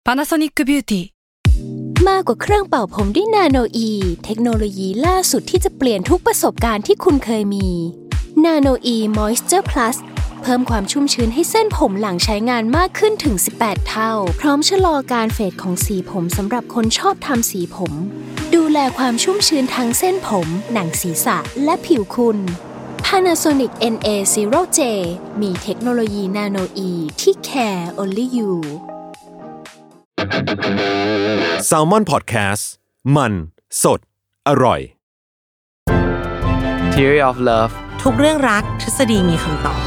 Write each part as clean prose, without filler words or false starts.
Panasonic Beauty มากกว่าเครื่องเป่าผมด้วยนาโนอีเทคโนโลยีล่าสุดที่จะเปลี่ยนทุกประสบการณ์ที่คุณเคยมีนาโนอีมอยส์เจอร์พลัสเพิ่มความชุ่มชื้นให้เส้นผมหลังใช้งานมากขึ้นถึง18เท่าพร้อมชะลอการเฟดของสีผมสำหรับคนชอบทำสีผมดูแลความชุ่มชื้นทั้งเส้นผมหนังศีรษะและผิวคุณ Panasonic NA0J มีเทคโนโลยีนาโนอีที่ care only you Salmon Podcast มันสดอร่อย Theory of Love ทุกเรื่องรักทฤษฎีมีคำตอบ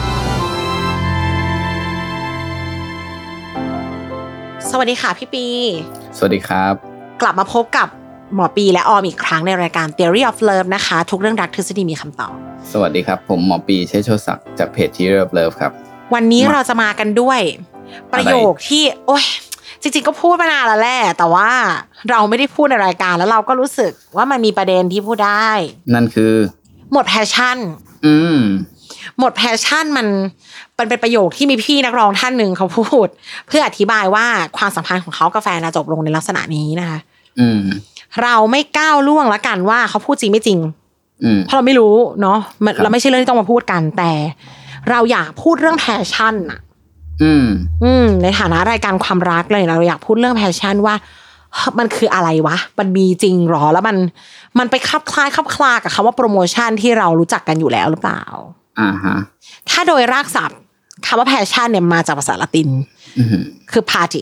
สวัสดีค่ะพี่ปีสวัสดีครับกลับมาพบกับหมอปีและออมอีกครั้งในรายการ Theory of Love นะคะทุกเรื่องรักทฤษฎีมีคำตอบสวัสดีครับผมหมอปีเชษฐ์โชศักดิ์จากเพจ Theory of Love ครับวันนี้เราจะมากันด้วยประโยคที่โอ๊ยจริงๆก็พูดมานานแล้วแหละแต่ว่าเราไม่ได้พูดในรายการแล้วเราก็รู้สึกว่ามันมีประเด็นที่พูดได้นั่นคือหมดแพชชั่นหมดแพชชั่นมันเป็นประโยคที่มีพี่นักร้องท่านหนึ่งเขาพูดเพื่ออธิบายว่าความสัมพันธ์ของเขากับแฟนจบลงในลักษณะนี้นะคะเราไม่ก้าวล่วงละกันว่าเขาพูดจริงไม่จริงเพราะเราไม่รู้เนาะเราไม่ใช่เรื่องที่ต้องมาพูดกันแต่เราอยากพูดเรื่องแพชชั่นอะในฐานะรายการความรักเลยเราอยากพูดเรื่องแพชชั่นว่ามันคืออะไรวะมันมีจริงหรอแล้วมันไปคลับคล้ายคลับคลากับคำว่าโปรโมชั่นที่เรารู้จักกันอยู่แล้วหรือเปล่าถ้าโดยรากศัพท์คำว่าแพชชั่นเนี่ยมาจากภาษาละตินคือ party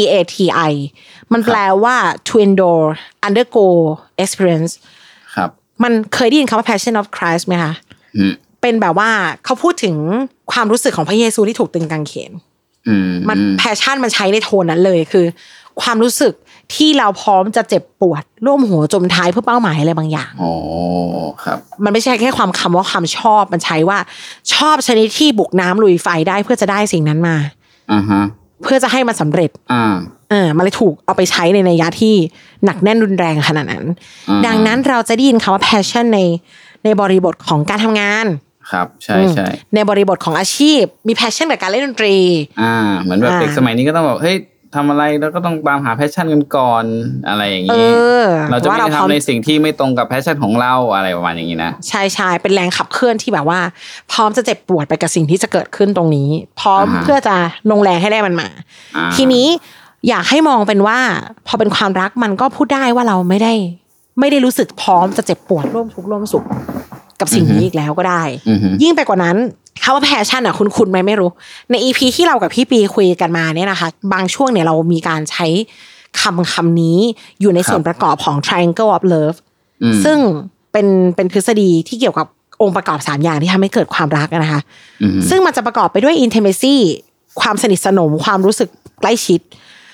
PATI มันแปลว่า to endure undergo experience ครับมันเคยได้ยินคำว่า passion of Christ ไหมคะเป็นแบบว่าเขาพูดถึงความรู้สึกของพระเยซูที่ถูกตึงกางเขนมันแพชชั่นมันใช้ในโทนนั้นเลยคือความรู้สึกที่เราพร้อมจะเจ็บปวดร่วมหัวจมท้ายเพื่อเป้าหมายอะไรบางอย่างอ๋อครับมันไม่ใช่แค่คำว่าความชอบมันใช้ว่าชอบชนิดที่บุกน้ำลุยไฟได้เพื่อจะได้สิ่งนั้นมาเพื่อจะให้มันสำเร็จมันเลยถูกเอาไปใช้ในนัยยะที่หนักแน่นรุนแรงขนาดนั้นดังนั้นเราจะได้ยินคำว่า passion ในบริบทของการทำงานครับใช่ใช่ในบริบทของอาชีพมี passion กับการเล่นดนตรีเหมือนแบบเด็กสมัยนี้ก็ต้องแบบเฮ้ยทำอะไรแล้วก็ต้องตามหา passion กันก่อนอะไรอย่างนี้เราจะไม่ทำในสิ่งที่ไม่ตรงกับ passion ของเราอะไรประมาณอย่างนี้นะใช่ใช่เป็นแรงขับเคลื่อนที่แบบว่าพร้อมจะเจ็บปวดไปกับสิ่งที่จะเกิดขึ้นตรงนี้พร้อมเพื่อจะลงแรงให้ได้มันมาทีนี้อยากให้มองเป็นว่าพอเป็นความรักมันก็พูดได้ว่าเราไม่ได้รู้สึกพร้อมจะเจ็บปวดร่วมทุกข์ร่วมสุขกับสิ่งนี้อีกแล้วก็ได้ยิ่งไปกว่านั้นคำว่าแพชชั่นอ่ะคุณไหมไม่รู้ใน EP ที่เรากับพี่ปีคุยกันมาเนี่ยนะคะบางช่วงเนี่ยเรามีการใช้คำนี้อยู่ในส่วนประกอบของ Triangle of Love ซึ่งเป็นทฤษฎีที่เกี่ยวกับองค์ประกอบ3อย่างที่ทำให้เกิดความรักนะคะซึ่งมันจะประกอบไปด้วย intimacy ความสนิทสนมความรู้สึกใกล้ชิด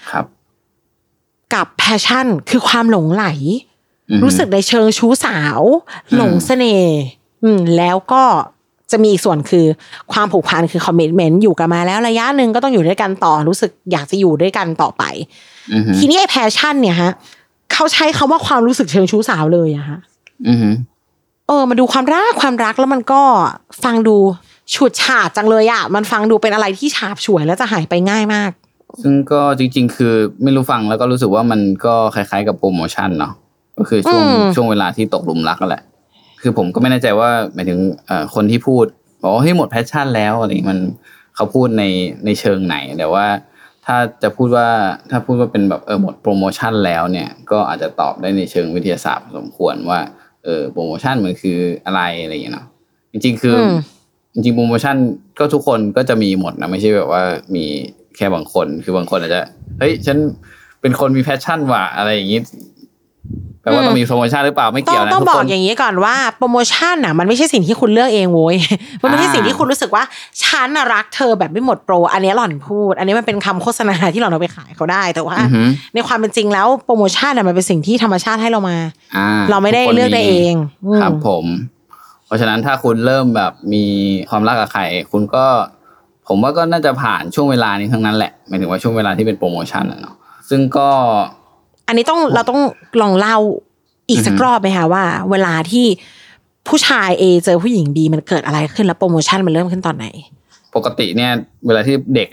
กับ passion คือความหลงไหลรู้สึกในเชิงชู้สาวหลงเสน่ห์แล้วก็จะมีอีกส่วนคือความผูกพันคือ commitment อยู่กันมาแล้วระยะนึงก็ต้องอยู่ด้วยกันต่อรู้สึกอยากจะอยู่ด้วยกันต่อไปทีนี้ไอ้ passion เนี่ยฮะเขาใช้คำว่าความรู้สึกเชิงชู้สาวเลยอะฮะมาดูความรักแล้วมันก็ฟังดูฉูดฉาดจังเลยอะมันฟังดูเป็นอะไรที่ฉาบฉวยแล้วจะหายไปง่ายมากซึ่งก็จริงๆคือไม่รู้ฟังแล้วก็รู้สึกว่ามันก็คล้ายๆกับโปรโมชั่นเนาะก็คือช่วงเวลาที่ตกหลุมรักนั่นแหละคือผมก็ไม่แน่ใจว่าหมายถึงคนที่พูดบอกว่าเฮ้ยหมดแพชชั่นแล้วอะไรมันเขาพูดในเชิงไหนแต่ว่าถ้าพูดว่าเป็นแบบหมดโปรโมชั่นแล้วเนี่ยก็อาจจะตอบได้ในเชิงวิทยาศาสตร์สมควรว่าโปรโมชั่นมันคืออะไรอะไรอย่างเงี้ยเนาะจริงๆคือจริงๆโปรโมชั่นก็ทุกคนก็จะมีหมดนะไม่ใช่แบบว่ามีแค่บางคนคือบางคนอาจจะเฮ้ยฉันเป็นคนมีแพชชั่นว่ะอะไรอย่างงี้แปลว่าต้องมีโปรโมชั่นหรือเปล่าไม่เกี่ยวนะต้องบอกอย่างนี้ก่อนว่าโปรโมชั่นน่ะมันไม่ใช่สิ่งที่คุณเลือกเองโว้ยมันไม่ใช่สิ่งที่คุณรู้สึกว่าฉันน่ะรักเธอแบบไม่หมดโปรอันนี้หล่อนพูดอันนี้มันเป็นคำโฆษณาที่หล่อนเอาไปขายเขาได้แต่ว่าในความเป็นจริงแล้วโปรโมชั่นน่ะมันเป็นสิ่งที่ธรรมชาติให้เรามาเราไม่ได้เลือกได้เองครับผมเพราะฉะนั้นถ้าคุณเริ่มแบบมีความรักกับใครคุณก็ผมว่าก็น่าจะผ่านช่วงเวลานี้ทั้งนั้นแหละหมายถึงว่าช่วงเวลาที่เป็นโปรโมชั่นเนาะซึ่งก็อันนี้เราต้องลองเล่าอีกสักรอบไหมคะว่าเวลาที่ผู้ชาย A เจอผู้หญิง B มันเกิดอะไรขึ้นแล้วโปรโมชั่นมันเริ่มขึ้นตอนไหนปกติเนี่ยเวลาที่เด็กเนาะ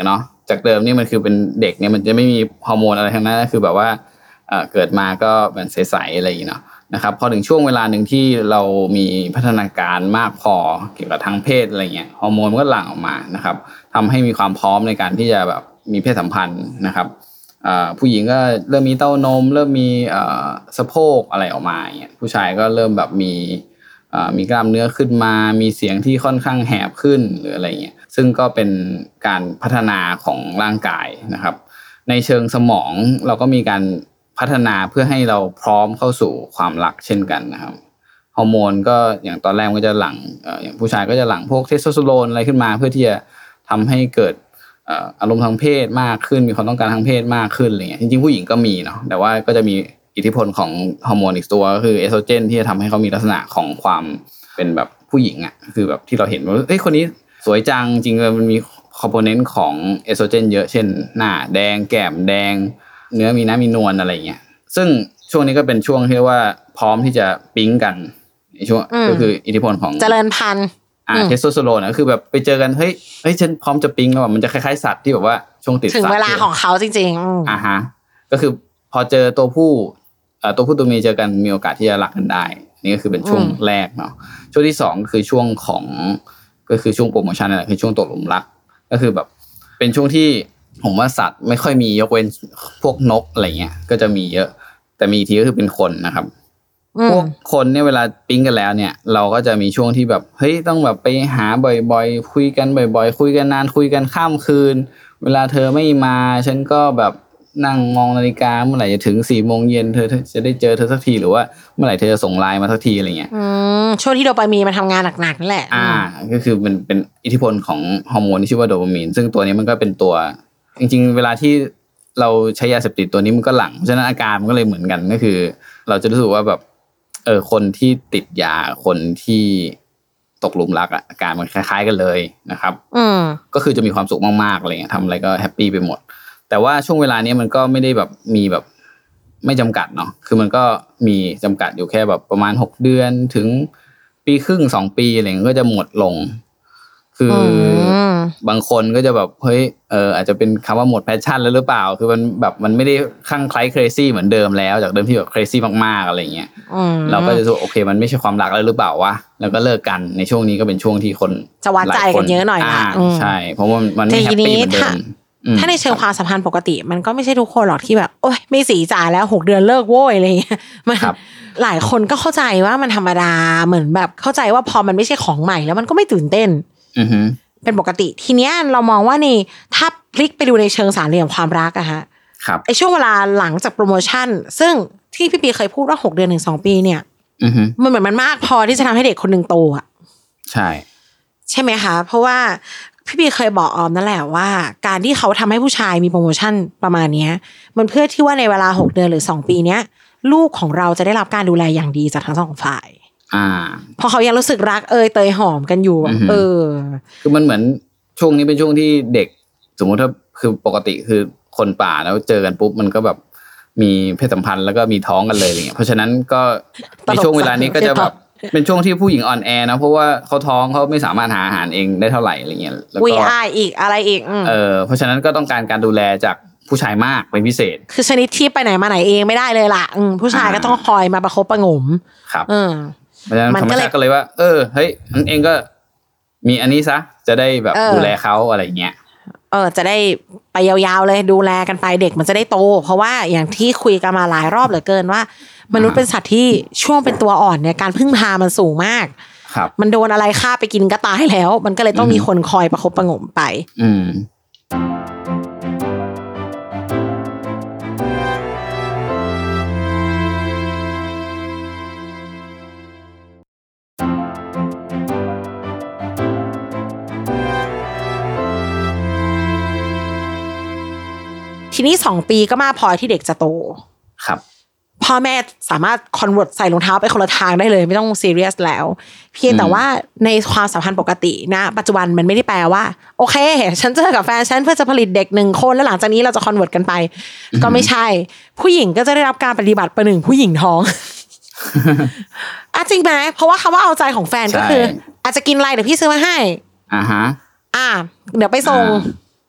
จากเดิมนี่มันคือเป็นเด็กเนี่ยมันจะไม่มีฮอร์โมนอะไรทั้งนั้นคือแบบว่าเกิดมาก็เป็นใสๆอะไรอย่างเงี้ยเนาะนะครับพอถึงช่วงเวลาหนึ่งที่เรามีพัฒนาการมากพอเกี่ยวกับทางเพศอะไรเงี้ยฮอร์โมนมันก็หลั่งออกมานะครับทำให้มีความพร้อมในการที่จะแบบมีเพศสัมพันธ์นะครับผู้หญิงก็เริ่มมีเต้านมเริ่มมีสะโพกอะไรออกมาอย่างเงี้ยผู้ชายก็เริ่มแบบมีกล้ามเนื้อขึ้นมามีเสียงที่ค่อนข้างแหบขึ้นหรืออะไรเงี้ยซึ่งก็เป็นการพัฒนาของร่างกายนะครับในเชิงสมองเราก็มีการพัฒนาเพื่อให้เราพร้อมเข้าสู่ความรักเช่นกันนะครับฮอร์โมนก็อย่างตอนแรกก็จะหลั่งอย่างผู้ชายก็จะหลั่งพวกเทสโทสเตอโรนอะไรขึ้นมาเพื่อที่จะทำให้เกิดอารมณ์ทางเพศมากขึ้นมีความต้องการทางเพศมากขึ้นอะไรเงี้ยจริงๆผู้หญิงก็มีเนาะแต่ว่าก็จะมีอิทธิพลของฮอร์โมนอีกตัวก็คือเอสโตรเจนที่จะทำให้เขามีลักษณะของความเป็นแบบผู้หญิงอ่ะคือแบบที่เราเห็นว่าเฮ้ยคนนี้สวยจังจริงๆมันมีคอมโพเนนต์ของเอสโตรเจนเยอะเช่นหน้าแดงแก้มแดงเนื้อมีน้ำมีนวลอะไรเงี้ยซึ่งช่วงนี้ก็เป็นช่วงที่ว่าพร้อมที่จะปิ๊งกันในช่วงก็คืออิทธิพลของเจริญพันธุ์เทสโทสเตอโรนนะคือแบบไปเจอกันเฮ้ยฉันพร้อมจะปิ๊งแล้วมันจะคล้ายๆสัตว์ที่แบบว่าช่วงติดสัตว์ถึงเวลาของเขาจริงๆฮะก็คือพอเจอตัวผู้ตัวเมียเจอกันมีโอกาสที่จะรักกันได้นี่ก็คือเป็นช่วงแรกเนาะช่วงที่2ก็คือช่วงของก็คือช่วงโปรโมชั่นนั่นแหละคือช่วงตกหลุมรักก็คือแบบเป็นช่วงที่ผมว่าสัตว์ไม่ค่อยมียกเว้นพวกนกอะไรเงี้ยก็จะมีเยอะแต่มีทีก็คือเป็นคนนะครับพวกคนเนี่ยเวลาปิ๊งกันแล้วเนี่ยเราก็จะมีช่วงที่แบบเฮ้ยต้องแบบไปหาบ่อยๆคุยกันบ่อยๆคุยกันนานคุยกันข้ามคืนเวลาเธอไม่มาฉันก็แบบนั่งมองนาฬิกาเมื่อไหร่จะถึง 4:00 นเธอจะได้เจอเธอสักทีหรือว่าเมื่อไหร่เธอจะส่งไลน์มาสักทีอะไรเงี้ยช่วงที่โดปามีนมันทำงานหนักๆนั่นแหละก็คือมันเป็นอิทธิพลของฮอร์โมนที่ชื่อว่าโดปามีนซึ่งตัวนี้มันก็เป็นตัวจริงๆเวลาที่เราใช้ยาเสพติดตัวนี้มันก็หลั่งเพราะฉะนั้นอาการมันก็เลยเหมือนกันก็คือเราจะรู้สึกว่าแบบคนที่ติดยาคนที่ตกหลุมรักอาการมันคล้ายๆกันเลยนะครับก็คือจะมีความสุขมากๆอะไรเงี้ยทำอะไรก็แฮปปี้ไปหมดแต่ว่าช่วงเวลานี้มันก็ไม่ได้แบบมีแบบไม่จำกัดเนาะคือมันก็มีจำกัดอยู่แค่แบบประมาณ6 เดือนถึงปีครึ่ง2 ปีอะไรเงี้ยก็จะหมดลงคือบางคนก็จะแบบเฮ้ยอาจจะเป็นคำว่าหมดแพชชั่นแล้วหรือเปล่าคือมันแบบมันไม่ได้คลั่งไคล้ crazy เหมือนเดิมแล้วจากเดิมที่แบบ crazy มากๆอะไรเงี้ยเราก็จะรู้โอเคมันไม่ใช่ความรักแล้วหรือเปล่าวะแล้วก็เลิกกันในช่วงนี้ก็เป็นช่วงที่คนจะวัดใจกันเยอะหน่อยนะใช่เพราะว่ามันไม่แฮปปี้เหมือนเดิมถ้าในเชิงความสัมพันธ์ปกติมันก็ไม่ใช่ทุกคนหรอกที่แบบโอ๊ยไม่สีจ่ายแล้ว6 เดือนเลิกโว้ยอะไรเงี้ยมันหลายคนก็เข้าใจว่ามันธรรมดาเหมือนแบบเข้าใจว่าพอมันไม่ใช่ของใหม่แล้วมันก็ไม่ตื่นเต้นเป็นปกติทีเนี้ยเรามองว่านี่ถ้าพลิกไปดูในเชิงสามเหลี่ยมความรักอะฮะไอช่วงเวลาหลังจากโปรโมชั่นซึ่งที่พี่ปีเคยพูดว่า6 เดือนถึง2 ปีเนี่ยมันเหมือนมันมากพอที่จะทำให้เด็กคนนึงโตอะใช่ไหมคะเพราะว่าพี่ปีเคยบอกออมนั่นแหละว่าการที่เขาทำให้ผู้ชายมีโปรโมชั่นประมาณนี้มันเพื่อที่ว่าในเวลา6 เดือนหรือ2 ปีเนี้ยลูกของเราจะได้รับการดูแลอย่างดีจากทั้ง2 ฝ่ายพอเขายังรู้สึกรักเตยหอมกันอยู่คือมันเหมือนช่วงนี้เป็นช่วงที่เด็กสมมติถ้าคือปกติคือคนป่าแล้วเจอกันปุ๊บมันก็แบบมีเพศสัมพันธ์แล้วก็มีท้องกันเลยอย่างเงี้ยเพราะฉะนั้นก็ในช่วงเวลานี้ก็จะแบบเป็นช่วงที่ผู้หญิงอ่อนแอนะเพราะว่าเขาท้องเขาไม่สามารถหาอาหารเองได้เท่าไหร่อะไรเงี้ยแล้วก็อีกอะไรอีกเพราะฉะนั้นก็ต้องการดูแลจากผู้ชายมากเป็นพิเศษคือชนิดที่ไปไหนมาไหนเองไม่ได้เลยล่ะผู้ชายก็ต้องคอยมาประคบประหงมครับเพราะฉะนั้นธรรมชาติก็เลยว่าเฮ้ยอันเองก็มีอันนี้ซะจะได้แบบดูแลเขาอะไรเงี้ยจะได้ไปยาวๆเลยดูแลกันไปเด็กมันจะได้โตเพราะว่าอย่างที่คุยกันมาหลายรอบเหลือเกินว่ามนุษย์เป็นสัตว์ที่ช่วงเป็นตัวอ่อนเนี่ยการพึ่งพามันสูงมากมันโดนอะไรฆ่าไปกินก็ตายแล้วมันก็เลยต้องมีคนคอยประคบประหงมไปทีนี้2 ปีก็มาพอที่เด็กจะโตครับพ่อแม่สามารถคอนเวิร์ตใส่รองเท้าไปคนละทางได้เลยไม่ต้องซีเรียสแล้วเพียงแต่ว่าในความสัมพันธ์ปกตินะปัจจุบันมันไม่ได้แปลว่าโอเคฉันเจอกับแฟนฉันเพื่อจะผลิตเด็ก1 คนแล้วหลังจากนี้เราจะคอนเวิร์ตกันไปก็ไม่ใช่ผู้หญิงก็จะได้รับการปฏิบัติประหนึ่งผู้หญิงท้องจริงไหมเพราะว่าคำว่าเอาใจของแฟนก็คืออาจจะกินอะไรเดี๋ยวพี่ซื้อมาให้ฮะเดี๋ยวไปส่ง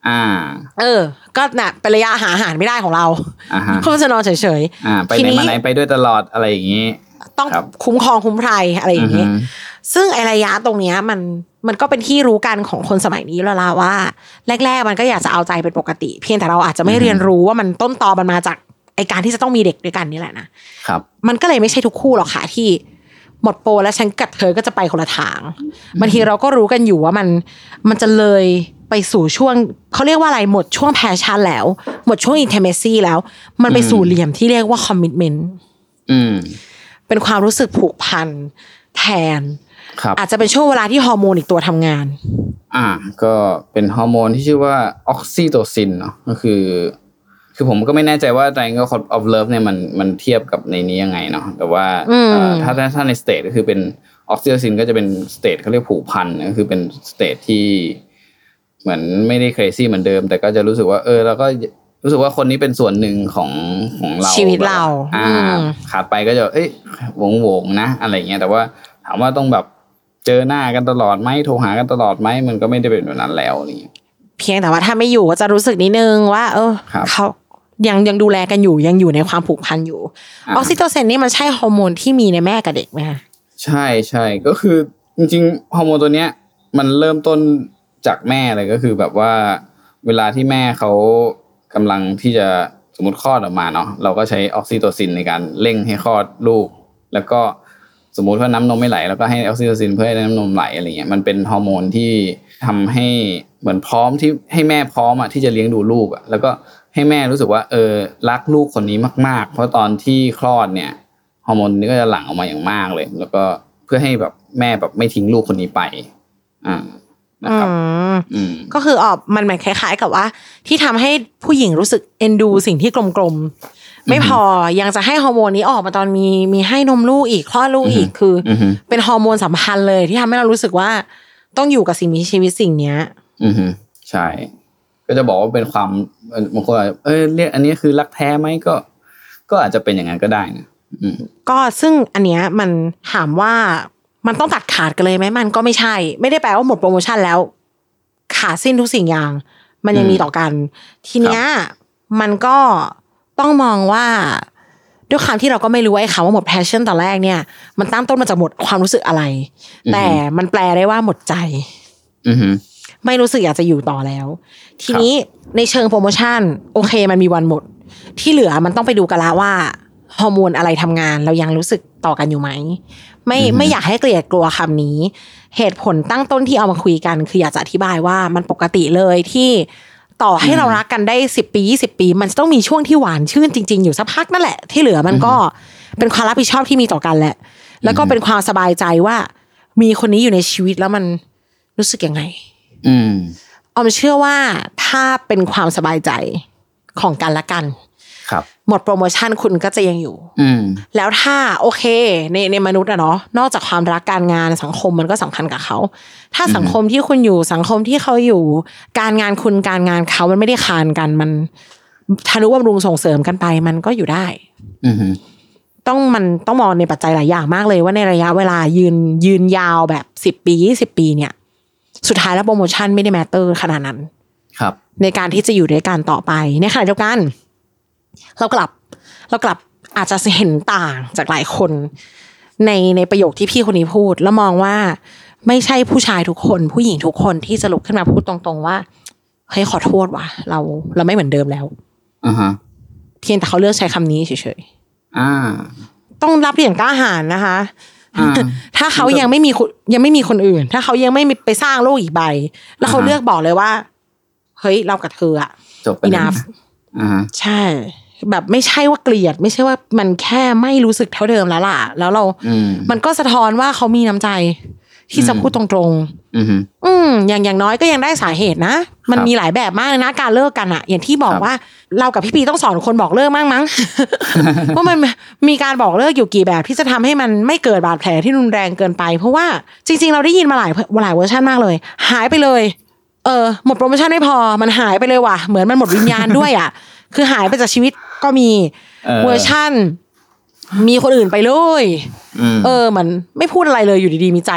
ก็น่ะเป็นระยะหาอาหารไม่ได้ของเราเพราะจะนอนเฉยๆไปไหนมาไหนไปด้วยตลอดอะไรอย่างนี้ต้องคุ้มครองคุ้มภัยอะไรอย่างนี้ซึ่งไอระยะตรงเนี้ยมันก็เป็นที่รู้กันของคนสมัยนี้แล้วล่ะว่าแรกๆมันก็อยากจะเอาใจเป็นปกติเพียงแต่เราอาจจะไม่เรียนรู้ว่ามันต้นตอมันมาจากไอการที่จะต้องมีเด็กด้วยกันนี่แหละนะครับมันก็เลยไม่ใช่ทุกคู่หรอกค่ะที่หมดโปรแล้วฉันกับเธอก็จะไปคนละทางบางทีเราก็รู้กันอยู่ว่ามันจะเลยไปสู่ช่วงเขาเรียกว่าอะไรหมดช่วงแพชชั่นแล้วหมดช่วงอินเทอร์เมซีแล้วมันไปสู่เหลี่ยมที่เรียกว่าคอมมิตเมนต์เป็นความรู้สึกผูกพันแทนอาจจะเป็นช่วงเวลาที่ฮอร์โมนอีกตัวทำงานก็เป็นฮอร์โมนที่ชื่อว่าออกซิโตซินเนาะก็คือผมก็ไม่แน่ใจว่า Triangle of Love เนี่ยมันเทียบกับในนี้ยังไงเนาะแต่ว่าถ้าในสเตทก็คือเป็นออกซิโตซินก็จะเป็นสเตทเขาเรียกผูกพันก็คือเป็นสเตทที่เหมือนไม่ได้ crazy เหมือนเดิมแต่ก็จะรู้สึกว่าเราก็รู้สึกว่าคนนี้เป็นส่วนหนึ่งของเราชีวิตเราขาดไปก็จะวงนะอะไรเงี้ยแต่ว่าถามว่าต้องแบบเจอหน้ากันตลอดไหมโทรหากันตลอดไหมมันก็ไม่ได้เป็นแบบนั้นแล้วนี่เพียงแต่ว่าถ้าไม่อยู่ก็จะรู้สึกนิดนึงว่าเขายังดูแลกันอยู่ยังอยู่ในความผูกพันอยู่ออกซิโตซินนี่มันใช่ฮอร์โมนที่มีในแม่กับเด็กไหมคะใช่ก็คือจริงๆฮอร์โมนตัวเนี้ยมันเริ่มต้นจากแม่เลยก็คือแบบว่าเวลาที่แม่เขากำลังที่จะสมมติคลอดออกมาเนาะเราก็ใช้ออกซิโตซินในการเร่งให้คลอดลูกแล้วก็สมมติว่าน้ำนมไม่ไหลแล้วก็ให้ออกซิโตซินเพื่อให้น้ำนมไหลอะไรเงี้ยมันเป็นฮอร์โมนที่ทำให้เหมือนพร้อมที่ให้แม่พร้อมที่จะเลี้ยงดูลูกแล้วก็ให้แม่รู้สึกว่ารักลูกคนนี้มากๆเพราะตอนที่คลอดเนี่ยฮอร์โมนนี้ก็จะหลั่งออกมาอย่างมากเลยแล้วก็เพื่อให้แบบแม่แบบไม่ทิ้งลูกคนนี้ไปนะครับก็คือมันเหมือนคล้ายๆกับว่าที่ทำให้ผู้หญิงรู้สึกเอ็นดูสิ่งที่กลมๆไม่พอยังจะให้ฮอร์โมนนี้ออกมาตอนมีให้นมลูกอีกคลอดลูกอีกคือเป็นฮอร์โมนสัมพันธ์เลยที่ทำให้เรารู้สึกว่าต้องอยู่กับสิ่งมีชีวิตสิ่งเนี้ยใช่ก็จะบอกว่าเป็นความบางคนเรียกอันนี้คือรักแท้ไหมก็อาจจะเป็นอย่างนั้นก็ได้นะก็ซึ่งอันเนี้ยมันถามว่ามันต้องตัดขาดกันเลยไหมมันก็ไม่ใช่ไม่ได้แปลว่าหมดโปรโมชั่นแล้วขาดสิ้นทุกสิ่งอย่างมันยังมีต่อกันทีเนี้ยมันก็ต้องมองว่าด้วยความที่เราก็ไม่รู้ไอ้คำว่าหมด passion ตอนแรกเนี่ยมันตั้งต้นมาจากหมดความรู้สึกอะไรแต่มันแปลได้ว่าหมดใจไม่รู้สึกอยากจะอยู่ต่อแล้วทีนี้ในเชิงโปรโมชั่นโอเคมันมีวันหมดที่เหลือมันต้องไปดูกันละว่าฮอร์โมนอะไรทำงานเรายังรู้สึกต่อกันอยู่ไหมไม่อยากให้เกลียดกลัวคำนี้เหตุผลตั้งต้นที่เอามาคุยกันคืออยากจะอธิบายว่ามันปกติเลยที่ต่อให้เรารักกันได้10 ปี20 ปีมันจะต้องมีช่วงที่หวานชื่นจริงๆอยู่สักพักนั่นแหละที่เหลือมันก็เป็นความรับผิดชอบที่มีต่อกันแหละแล้วก็เป็นความสบายใจว่ามีคนนี้อยู่ในชีวิตแล้วมันรู้สึกยังไงออมเชื่อว่าถ้าเป็นความสบายใจของกันและกันหมดโปรโมชั่นคุณก็จะยังอยู่แล้วถ้าโอเคในมนุษย์เนาะนอกจากความรักการงานสังคมมันก็สำคัญกับเขาถ้าสังคมที่คุณอยู่สังคมที่เขาอยู่การงานคุณการงานเขามันไม่ได้คานกันมันทนุบำรุงส่งเสริมกันไปมันก็อยู่ได้มันต้องมองในปัจจัยหลายอย่างมากเลยว่าในระยะเวลายืนยาวแบบ10 ปี20 ปีเนี่ยสุดท้ายแล้วโปรโมชั่นไม่ได้แมตเตอร์ขนาดนั้นครับในการที่จะอยู่ด้วยกันต่อไปในขณะเดียวกันเรากลับอาจจะเห็นต่างจากหลายคนในประโยคที่พี่คนนี้พูดแล้วมองว่าไม่ใช่ผู้ชายทุกคนผู้หญิงทุกคนที่จะลุกขึ้นมาพูดตรงๆว่าเฮ้ยขอโทษว่ะเราไม่เหมือนเดิมแล้วเพียงแต่เขาเลือกใช้คำนี้เฉยๆต้องรับอย่างกล้าหาญนะคะถ้าเขายังไม่มีคนอื่นถ้าเขายังไม่ไปสร้างโลกอีกใบแล้วเขาเลือกบอกเลยว่าเฮ้ยเรากับเธออะจบไปแล้วใช่แบบไม่ใช่ว่าเกลียดไม่ใช่ว่ามันแค่ไม่รู้สึกเท่าเดิมแล้วล่ะแล้วเรามันก็สะท้อนว่าเขามีน้ำใจที่จะพูดตรงๆอย่างน้อยก็ยังได้สาเหตุนะมันมีหลายแบบมากเลยนะการเลิกกันอะอย่างที่บอกว่าเรากับพี่ปีต้องสอนคนบอกเลิกมั้งเพราะมันมีการบอกเลิกอยู่กี่แบบที่จะทำให้มันไม่เกิดบาดแผลที่รุนแรงเกินไปเพราะว่าจริงๆเราได้ยินมาหลายเวอร์ชันมากเลยหายไปเลยหมดโปรโมชั่นไม่พอมันหายไปเลยว่ะเหมือนมันหมดวิญญาณด้วยอ่ะคือหายไปจากชีวิตก็มีเวอร์ชั่นมีคนอื่นไปเลยเหมือนไม่พูดอะไรเลยอยู่ดีๆมีใจ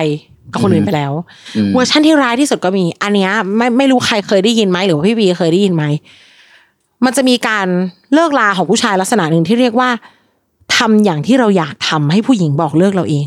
กับคนอื่นไปแล้วเวอร์ชันที่ร้ายที่สุดก็มีอันเนี้ยไม่รู้ใครเคยได้ยินไหมหรือว่าพี่บีเคยได้ยินไหมมันจะมีการเลิกลาของผู้ชายลักษณะหนึ่งที่เรียกว่าทำอย่างที่เราอยากทำให้ผู้หญิงบอกเลิกเราเอง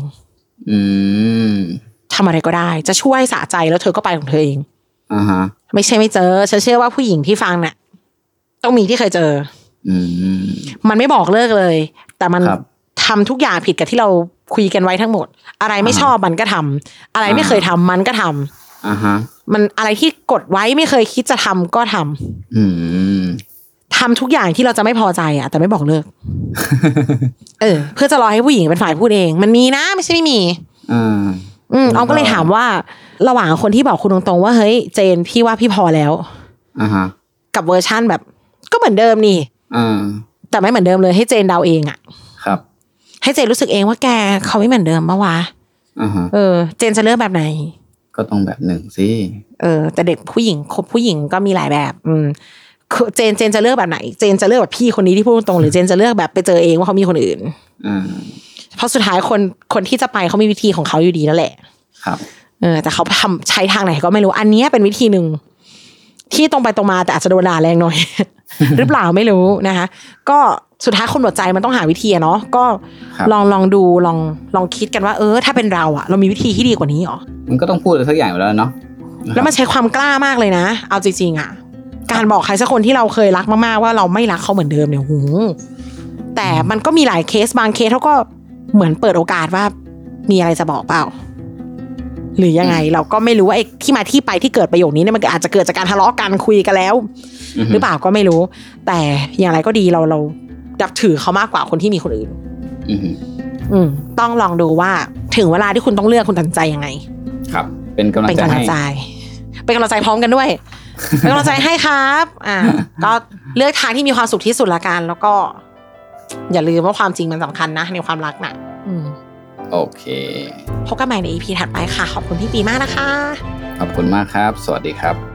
ทำอะไรก็ได้จะช่วยสะใจแล้วเธอก็ไปของเธอเองไม่ใช่ไม่เจอฉันเชื่อว่าผู้หญิงที่ฟังเนี่ยต้องมีที่เคยเจอมันไม่บอกเลิกเลยแต่มันทำทุกอย่างผิดกับที่เราคุยกันไว้ทั้งหมดอะไรไม่ชอบมันก็ทำอะไรไม่เคยทำมันก็ทำมันอะไรที่กดไว้ไม่เคยคิดจะทำก็ทำทำทุกอย่างที่เราจะไม่พอใจแต่ไม่บอกเลิก เพื่อจะรอให้ผู้หญิงเป็นฝ่ายพูดเองมันมีนะไม่ใช่ไม่มีออมก็เลยถามว่าระหว่างคนที่บอกคุณตรงๆว่าเฮ้ยเจนพี่ว่าพี่พอแล้วกับเวอร์ชั่นแบบก็เหมือนเดิมนี่แต่ไม่เหมือนเดิมเลยให้เจนเดาเองครับให้เจนรู้สึกเองว่าแกเขาไม่เหมือนเดิมปะวะเจนจะเลือกแบบไหนก็ต้องแบบหนึ่งสิแต่เด็กผู้หญิงคบผู้หญิงก็มีหลายแบบเจนจะเลือกแบบไหนเจนจะเลือกแบบพี่คนนี้ที่พูดตรงหรือเจนจะเลือกแบบไปเจอเองว่าเขามีคนอื่นเพราะสุดท้ายคนที่จะไปเขามีวิธีของเขาอยู่ดีนั่นแหละครับแต่เขาทำใช้ทางไหนก็ไม่รู้อันนี้เป็นวิธีหนึ่งที่ตรงไปตรงมาแต่อาจจะโดนด่าแรงหน่อย หรือเปล่าไม่รู้นะคะก็สุดท้ายคนหมดใจมันต้องหาวิธีเนาะก็ลองดูลองคิดกันว่าถ้าเป็นเราเรามีวิธีที่ดีกว่านี้หรอมันก็ต้องพูดอะไรสักอย่างแล้วเนาะแล้วมันใช้ความกล้ามากเลยนะเอาจริงๆการบอกใครสักคนที่เราเคยรักมากๆว่าเราไม่รักเขาเหมือนเดิมเนี่ยแต่มันก็มีหลายเคสบางเคสเขาก็เหมือนเปิดโอกาสว่ามีอะไรจะบอกเปล่าหรือยังไงเราก็ไม่รู้ว่าไอ้ที่มาที่ไปที่เกิดประโยคนี้เนี่ยมันอาจจะเกิดจากการทะเลาะกันคุยกันแล้วหรือเปล่าก็ไม่รู้แต่อย่างไรก็ดีเรานับถือเขามากกว่าคนที่มีคนอื่นต้องลองดูว่าถึงเวลาที่คุณต้องเลือกคุณตัดสินใจยังไงครับเป็นกำลังใจเป็นกำลังใจพร้อมกันด้วยเป็นกำลังใจให้ครับก็เลือกทางที่มีความสุขที่สุดละกันแล้วก็อย่าลืมว่าความจริงมันสำคัญนะในความรักน่ะโอเคพบกันใหม่ใน EP ถัดไปค่ะขอบคุณพี่ปีมากนะคะขอบคุณมากครับสวัสดีครับ